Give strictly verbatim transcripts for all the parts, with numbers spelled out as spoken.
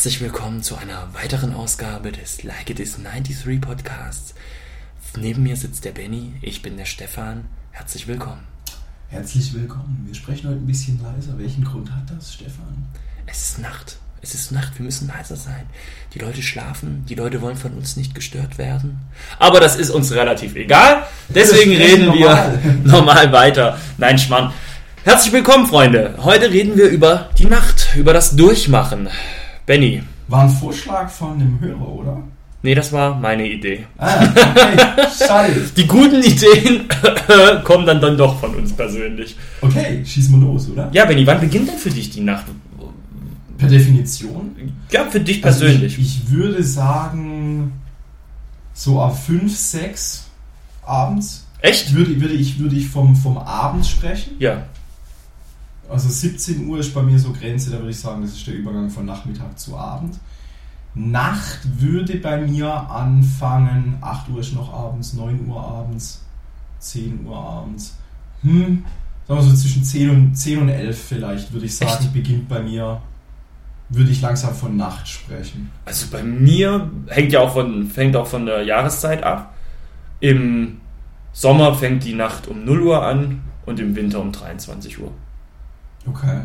Herzlich willkommen zu einer weiteren Ausgabe des Like It Is neunundneunzig Podcasts. Neben mir sitzt der Benny, ich bin der Stefan. Herzlich willkommen. Herzlich willkommen. Wir sprechen heute ein bisschen leiser. Welchen Grund hat das, Stefan? Es ist Nacht. Es ist Nacht, wir müssen leiser sein. Die Leute schlafen, die Leute wollen von uns nicht gestört werden. Aber das ist uns relativ egal. Deswegen reden normal. wir normal weiter. Nein, Schmarrn. Herzlich willkommen, Freunde. Heute reden wir über die Nacht, über das Durchmachen. Benny. War ein Vorschlag von einem Hörer, oder? Nee, das war meine Idee. Ah, okay. Schade. Die guten Ideen kommen dann, dann doch von uns persönlich. Okay, schießen wir los, oder? Ja, Benny, wann beginnt denn für dich die Nacht? Per Definition? Ja, für dich persönlich. Also ich, ich würde sagen, so ab fünf, sechs abends. Echt? Würde, würde ich, würde ich vom, vom Abend sprechen. Ja. Also siebzehn Uhr ist bei mir so Grenze, da würde ich sagen, das ist der Übergang von Nachmittag zu Abend. Nacht würde bei mir anfangen, acht Uhr ist noch abends, neun Uhr abends, zehn Uhr abends. Hm, sagen wir so zwischen zehn und, zehn und elf vielleicht, würde ich sagen, Echt? beginnt bei mir, würde ich langsam von Nacht sprechen. Also bei mir hängt ja auch von, fängt auch von der Jahreszeit ab. Im Sommer fängt die Nacht um null Uhr an und im Winter um dreiundzwanzig Uhr. Okay.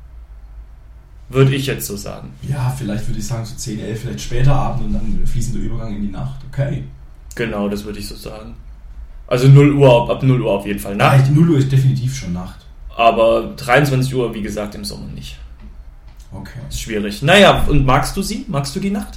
Würde ich jetzt so sagen. Ja, vielleicht würde ich sagen so zehn, elf, vielleicht später Abend und dann fließender Übergang in die Nacht. Okay. Genau, das würde ich so sagen. Also null Uhr, ab null Uhr auf jeden Fall Nacht. Ja, null Uhr ist definitiv schon Nacht. Aber dreiundzwanzig Uhr, wie gesagt, im Sommer nicht. Okay. Ist schwierig. Naja, und magst du sie? Magst du die Nacht?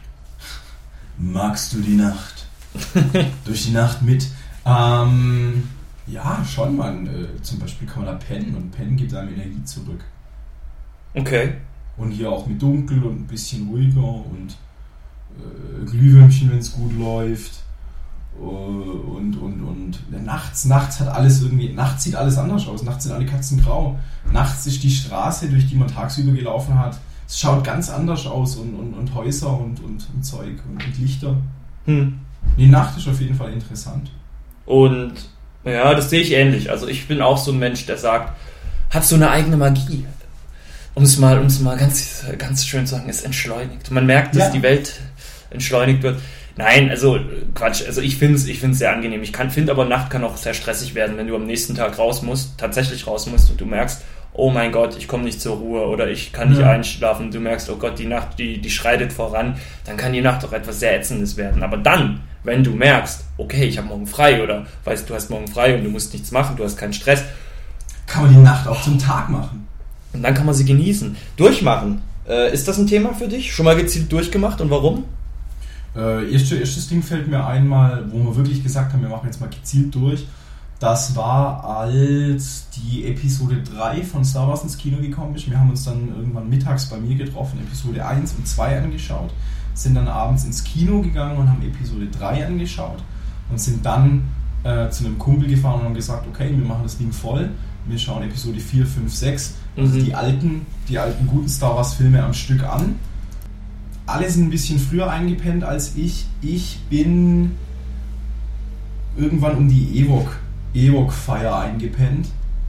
Magst du die Nacht? Durch die Nacht mit. Ähm... Ja, schon, man. Äh, zum Beispiel kann man da pennen und pennen gibt einem Energie zurück. Okay. Und hier auch mit dunkel und ein bisschen ruhiger und äh, Glühwürmchen, wenn es gut läuft. Uh, und, und, und ja, nachts, nachts hat alles irgendwie, nachts sieht alles anders aus. Nachts sind alle Katzen grau. Nachts ist die Straße, durch die man tagsüber gelaufen hat, es schaut ganz anders aus und, und, und Häuser und, und, und Zeug und, und Lichter. Hm. Die Nacht ist auf jeden Fall interessant. Und ja, das sehe ich ähnlich. Also ich bin auch so ein Mensch, der sagt, hat so eine eigene Magie. Um es mal, um es mal ganz, ganz schön zu sagen, es entschleunigt. Man merkt, dass ja. die Welt entschleunigt wird. Nein, also Quatsch. Also ich finde es ich find's sehr angenehm. Ich finde aber Nacht kann auch sehr stressig werden, wenn du am nächsten Tag raus musst, tatsächlich raus musst und du merkst, oh mein Gott, ich komme nicht zur Ruhe oder ich kann nicht ja. einschlafen. Du merkst, oh Gott, die Nacht, die, die schreitet voran. Dann kann die Nacht auch etwas sehr Ätzendes werden. Aber dann, wenn du merkst, okay, ich habe morgen frei oder weißt, du hast morgen frei und du musst nichts machen, du hast keinen Stress. Kann man die Nacht auch zum Tag machen. Und dann kann man sie genießen. Durchmachen. Äh, ist das ein Thema für dich? Schon mal gezielt durchgemacht und warum? Äh, erstes, erstes Ding fällt mir einmal, wo wir wirklich gesagt haben, wir machen jetzt mal gezielt durch. Das war, als die Episode drei von Star Wars ins Kino gekommen ist. Wir haben uns dann irgendwann mittags bei mir getroffen, Episode eins und zwei angeschaut, sind dann abends ins Kino gegangen und haben Episode drei angeschaut und sind dann äh, zu einem Kumpel gefahren und haben gesagt, okay, wir machen das Ding voll, wir schauen Episode vier, fünf, sechs, also mhm. die alten, die alten guten Star Wars Filme am Stück an. Alle sind ein bisschen früher eingepennt als ich. Ich bin irgendwann um die Ewok Ewok-Feier eingepennt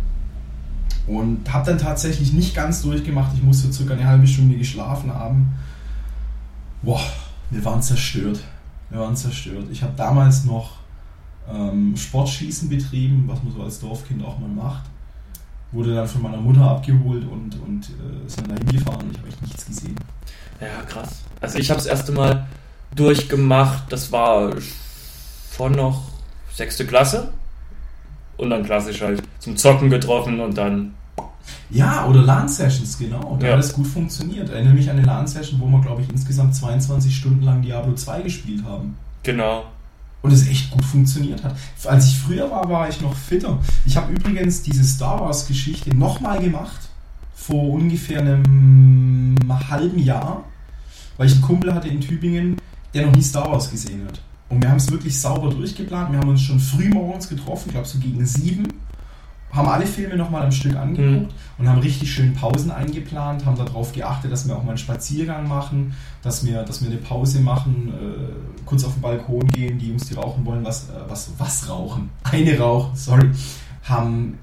und habe dann tatsächlich nicht ganz durchgemacht. Ich musste circa eine halbe Stunde geschlafen haben. Boah, wir waren zerstört. Wir waren zerstört. Ich habe damals noch ähm, Sportschießen betrieben, was man so als Dorfkind auch mal macht. Wurde dann von meiner Mutter abgeholt und, und äh, sind da hingefahren und ich habe echt nichts gesehen. Ja, krass. Also ich habe das erste Mal durchgemacht, das war schon noch sechste Klasse. Und dann klassisch halt zum Zocken getroffen und dann... Ja, oder LAN-Sessions, genau. Da ja. hat es gut funktioniert. Erinnere mich an eine LAN-Session, wo wir, glaube ich, insgesamt zweiundzwanzig Stunden lang Diablo zwei gespielt haben. Genau. Und es echt gut funktioniert hat. Als ich früher war, war ich noch fitter. Ich habe übrigens diese Star Wars-Geschichte nochmal gemacht. Vor ungefähr einem halben Jahr. Weil ich einen Kumpel hatte in Tübingen, der noch nie Star Wars gesehen hat. Und wir haben es wirklich sauber durchgeplant. Wir haben uns schon früh morgens getroffen, ich glaube so gegen sieben. Haben alle Filme nochmal am Stück angeguckt mhm. und haben richtig schön Pausen eingeplant, haben darauf geachtet, dass wir auch mal einen Spaziergang machen, dass wir, dass wir eine Pause machen, äh, kurz auf den Balkon gehen, die Jungs, die rauchen wollen, was, äh, was, was rauchen? Eine rauchen, sorry. Haben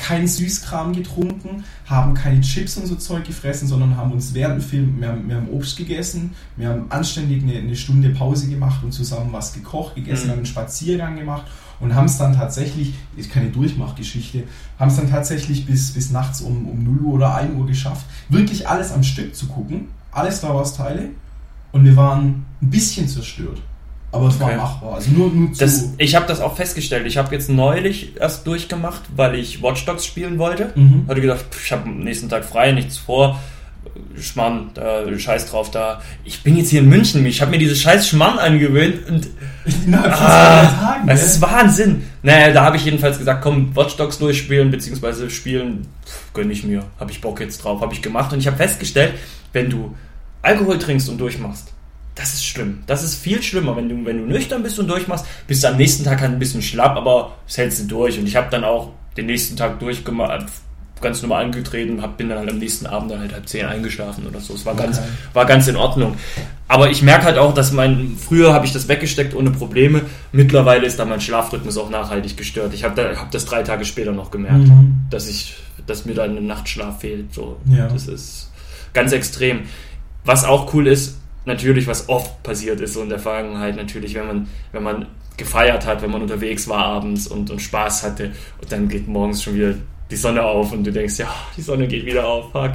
keinen Süßkram getrunken, haben keine Chips und so Zeug gefressen, sondern haben uns während dem Film, wir haben, wir haben Obst gegessen, wir haben anständig eine, eine Stunde Pause gemacht und zusammen was gekocht, gegessen, mhm. haben einen Spaziergang gemacht und haben es dann tatsächlich, ist keine Durchmachgeschichte, haben es dann tatsächlich bis, bis nachts um, um null Uhr oder ein Uhr geschafft, wirklich alles am Stück zu gucken, alle Star Wars Teile, und wir waren ein bisschen zerstört. Aber es okay. war machbar. Also nur, nur zu das, ich habe das auch festgestellt. Ich habe jetzt neulich erst durchgemacht, weil ich Watch Dogs spielen wollte. Mhm. Hatte gedacht, ich habe am nächsten Tag frei, nichts vor. Schmarrn, da, scheiß drauf da. Ich bin jetzt hier in München, ich habe mir dieses scheiß Schmarrn angewöhnt und innerhalb von ah, zwei Tagen. Das ist Wahnsinn. Naja, da habe ich jedenfalls gesagt, komm, Watch Dogs durchspielen, beziehungsweise spielen, pff, gönn ich mir. Habe ich Bock jetzt drauf, habe ich gemacht. Und ich habe festgestellt, wenn du Alkohol trinkst und durchmachst, das ist schlimm. Das ist viel schlimmer. Wenn du, wenn du nüchtern bist und durchmachst, bist du am nächsten Tag halt ein bisschen schlapp, aber das hältst du durch. Und ich habe dann auch den nächsten Tag durchgemacht, ganz normal angetreten, hab, bin dann halt am nächsten Abend dann halt halb zehn eingeschlafen oder so. Es war, okay. ganz, war ganz in Ordnung. Aber ich merke halt auch, dass mein, früher habe ich das weggesteckt ohne Probleme. Mittlerweile ist da mein Schlafrhythmus auch nachhaltig gestört. Ich habe da, hab das drei Tage später noch gemerkt, mhm. dass ich, dass mir da ein Nachtschlaf fehlt. So. Ja. Das ist ganz extrem. Was auch cool ist, natürlich, was oft passiert ist, so in der Vergangenheit, natürlich, wenn man, wenn man gefeiert hat, wenn man unterwegs war abends und, und Spaß hatte, und dann geht morgens schon wieder die Sonne auf und du denkst, ja, die Sonne geht wieder auf, fuck.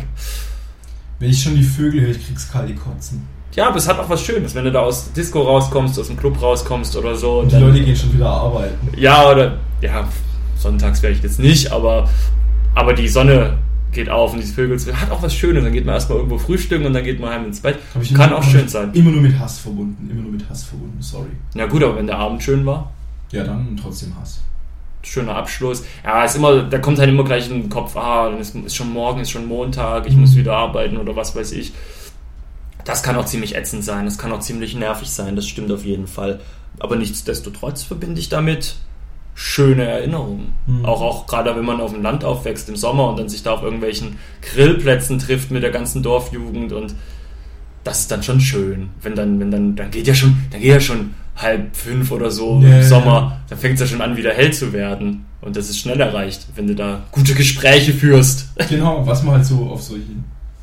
Wenn ich schon die Vögel höre, ich krieg's kalte Kotzen. Ja, aber es hat auch was Schönes, wenn du da aus Disco rauskommst, aus dem Club rauskommst oder so. Und, und die dann, Leute gehen schon wieder arbeiten. Ja, oder, ja, sonntags vielleicht jetzt nicht, aber, aber die Sonne geht auf und die Vögel, hat auch was Schönes. Dann geht man erstmal irgendwo frühstücken und dann geht man heim ins Bett. Kann auch schön sein. Immer nur mit Hass verbunden, immer nur mit Hass verbunden, sorry. Ja gut, aber wenn der Abend schön war? Ja, dann trotzdem Hass. Schöner Abschluss. Ja, ist immer, da kommt halt immer gleich in den Kopf, ah, dann ist, ist schon morgen, ist schon Montag, ich mhm. muss wieder arbeiten oder was weiß ich. Das kann auch ziemlich ätzend sein, das kann auch ziemlich nervig sein, das stimmt auf jeden Fall. Aber nichtsdestotrotz verbinde ich damit schöne Erinnerungen. Mhm. Auch, auch gerade wenn man auf dem Land aufwächst im Sommer und dann sich da auf irgendwelchen Grillplätzen trifft mit der ganzen Dorfjugend, und das ist dann schon schön. Wenn dann, wenn dann, dann geht ja schon, dann geht ja schon halb fünf oder so yeah. im Sommer, dann fängt es ja schon an, wieder hell zu werden. Und das ist schnell erreicht, wenn du da gute Gespräche führst. Genau, was man halt so auf solchen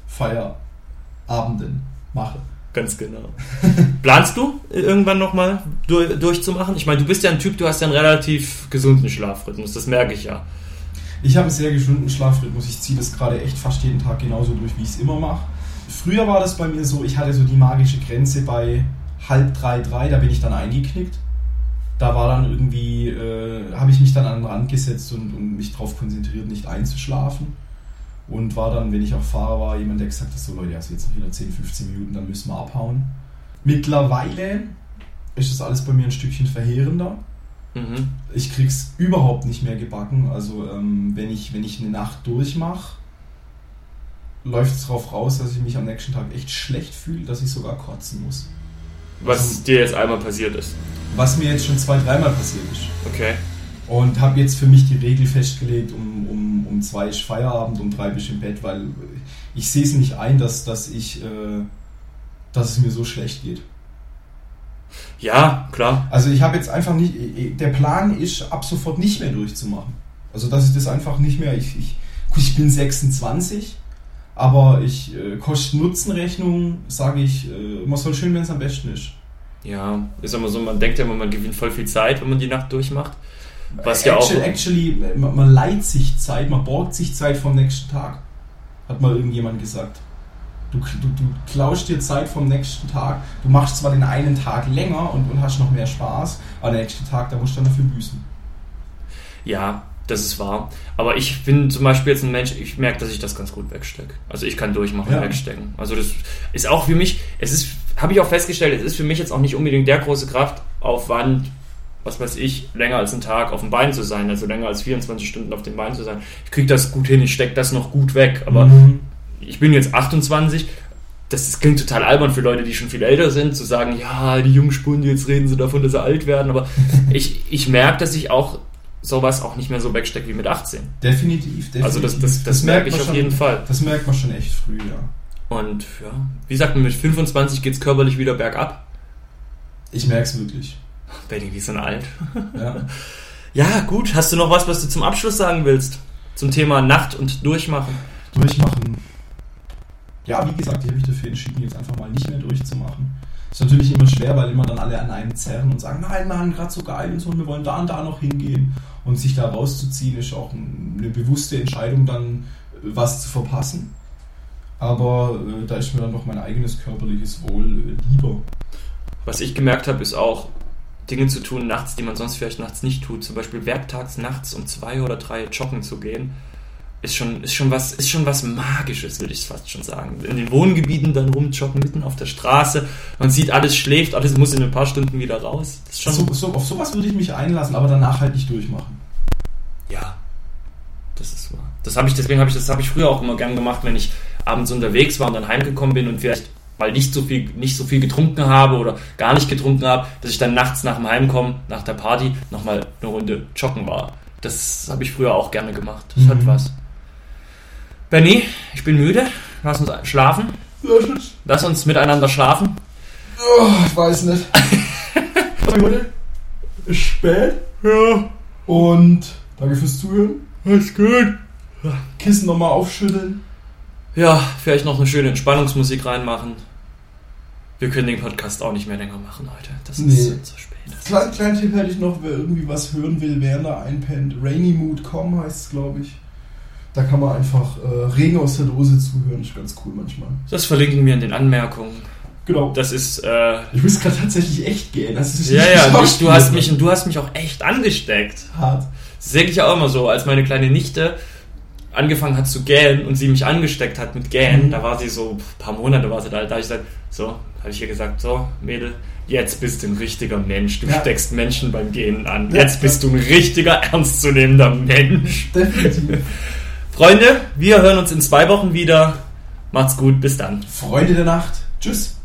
Feierabenden mache. Ganz genau. Planst du irgendwann nochmal durch, durchzumachen? Ich meine, du bist ja ein Typ, du hast ja einen relativ gesunden Schlafrhythmus, das merke ich ja. Ich habe einen sehr gesunden Schlafrhythmus, ich ziehe das gerade echt fast jeden Tag genauso durch, wie ich es immer mache. Früher war das bei mir so, ich hatte so die magische Grenze bei halb drei, drei, da bin ich dann eingeknickt. Da war dann irgendwie, äh, habe ich mich dann an den Rand gesetzt und, und mich darauf konzentriert, nicht einzuschlafen. Und war dann, wenn ich auch Fahrer war, jemand, der gesagt hat, so Leute, also jetzt noch wieder zehn, fünfzehn Minuten, dann müssen wir abhauen. Mittlerweile ist das alles bei mir ein Stückchen verheerender. Mhm. Ich krieg's überhaupt nicht mehr gebacken. Also ähm, wenn ich, wenn ich eine Nacht durchmache, läuft es darauf raus, dass ich mich am nächsten Tag echt schlecht fühle, dass ich sogar kotzen muss. Was also, dir jetzt einmal passiert ist? Was mir jetzt schon zwei, dreimal passiert ist. Okay. Und habe jetzt für mich die Regel festgelegt, um, um, um zwei ist Feierabend, um drei bist im Bett, weil ich sehe es nicht ein, dass, dass, ich, äh, dass es mir so schlecht geht. Ja, klar. Also ich habe jetzt einfach nicht, der Plan ist, ab sofort nicht mehr durchzumachen. Also dass ich das einfach nicht mehr, ich, ich, gut, ich bin sechsundzwanzig, aber ich äh, Kosten-Nutzen-Rechnung, sage ich, äh, man soll schön, wenn es am besten ist. Ja, ist immer so, man denkt ja immer, man gewinnt voll viel Zeit, wenn man die Nacht durchmacht. Was actually, ja auch actually, man, man leiht sich Zeit, man borgt sich Zeit vom nächsten Tag. Hat mal irgendjemand gesagt. Du, du, du klaust dir Zeit vom nächsten Tag. Du machst zwar den einen Tag länger und, und hast noch mehr Spaß, aber den nächsten Tag, da musst du dann dafür büßen. Ja, das ist wahr. Aber ich bin zum Beispiel jetzt ein Mensch, ich merke, dass ich das ganz gut wegstecke. Also ich kann durchmachen, ja. wegstecken. Also das ist auch für mich, es ist, habe ich auch festgestellt, es ist für mich jetzt auch nicht unbedingt der große Kraftaufwand, was weiß ich, länger als einen Tag auf dem Bein zu sein, also länger als vierundzwanzig Stunden auf dem Bein zu sein. Ich kriege das gut hin, ich stecke das noch gut weg, aber mhm. ich bin jetzt achtundzwanzig, das, das klingt total albern für Leute, die schon viel älter sind, zu sagen, ja, die Jungspunde, jetzt reden sie davon, dass sie alt werden, aber ich, ich merke, dass ich auch sowas auch nicht mehr so wegstecke wie mit achtzehn. Definitiv, definitiv. Also das, das, das, das merke ich auf schon, jeden Fall. Das merkt man schon echt früh, ja. Und ja, wie sagt man, mit fünfundzwanzig geht es körperlich wieder bergab? Ich merke es wirklich. Betty, die sind alt. Ja. Ja, gut. Hast du noch was, was du zum Abschluss sagen willst? zum Thema Nacht und Durchmachen? Durchmachen. Ja, wie gesagt, ich habe mich dafür entschieden, jetzt einfach mal nicht mehr durchzumachen. Ist natürlich immer schwer, weil immer dann alle an einem zerren und sagen, nein, Mann, gerade so geil und so, und wir wollen da und da noch hingehen. Und sich da rauszuziehen, ist auch eine bewusste Entscheidung, dann was zu verpassen. Aber äh, da ist mir dann noch mein eigenes körperliches Wohl äh, lieber. Was ich gemerkt habe, ist auch, Dinge zu tun nachts, die man sonst vielleicht nachts nicht tut. Zum Beispiel werktags nachts um zwei oder drei joggen zu gehen, ist schon, ist schon was, ist schon was Magisches, würde ich fast schon sagen. In den Wohngebieten dann rumjoggen, mitten auf der Straße. Man sieht, alles schläft, alles muss in ein paar Stunden wieder raus. Das ist schon so, so, auf sowas würde ich mich einlassen, aber danach halt nicht durchmachen. Ja, das ist wahr. Das habe ich, deswegen habe ich, das habe ich früher auch immer gern gemacht, wenn ich abends unterwegs war und dann heimgekommen bin und vielleicht weil nicht so viel, nicht so viel getrunken habe oder gar nicht getrunken habe, dass ich dann nachts nach dem Heimkommen, nach der Party, nochmal eine Runde joggen war. Das habe ich früher auch gerne gemacht. Das mhm. hat was. Benni, ich bin müde. Lass uns schlafen. Lass uns miteinander schlafen. Oh, ich weiß nicht. Heute ist spät. Ja. Und danke fürs Zuhören. Alles gut. Kissen nochmal aufschütteln. Ja, vielleicht noch eine schöne Entspannungsmusik reinmachen. Wir können den Podcast auch nicht mehr länger machen heute. Das ist nee. zu spät. Kleinen klein Tipp hätte ich noch, wer irgendwie was hören will, während er einpennt. rainy mood punkt com heißt es, glaube ich. Da kann man einfach äh, Regen aus der Dose zuhören. Ist ganz cool manchmal. Das verlinken wir in den Anmerkungen. Genau. Das ist. Äh, ich muss gerade tatsächlich echt gehen. Das ist ja, ja. Nicht, du hast mich und du hast mich auch echt angesteckt. Hart. Das denke ich auch immer so, als meine kleine Nichte angefangen hat zu gähnen und sie mich angesteckt hat mit Gähnen, mhm. da war sie so, ein paar Monate war sie da, da habe ich gesagt, so, habe ich ihr gesagt, so, Mädel, jetzt bist du ein richtiger Mensch, du ja. steckst Menschen beim Gähnen an, ja, jetzt bist ja. du ein richtiger, ernstzunehmender Mensch. Definitiv. Freunde, wir hören uns in zwei Wochen wieder, macht's gut, bis dann. Freunde der Nacht, tschüss.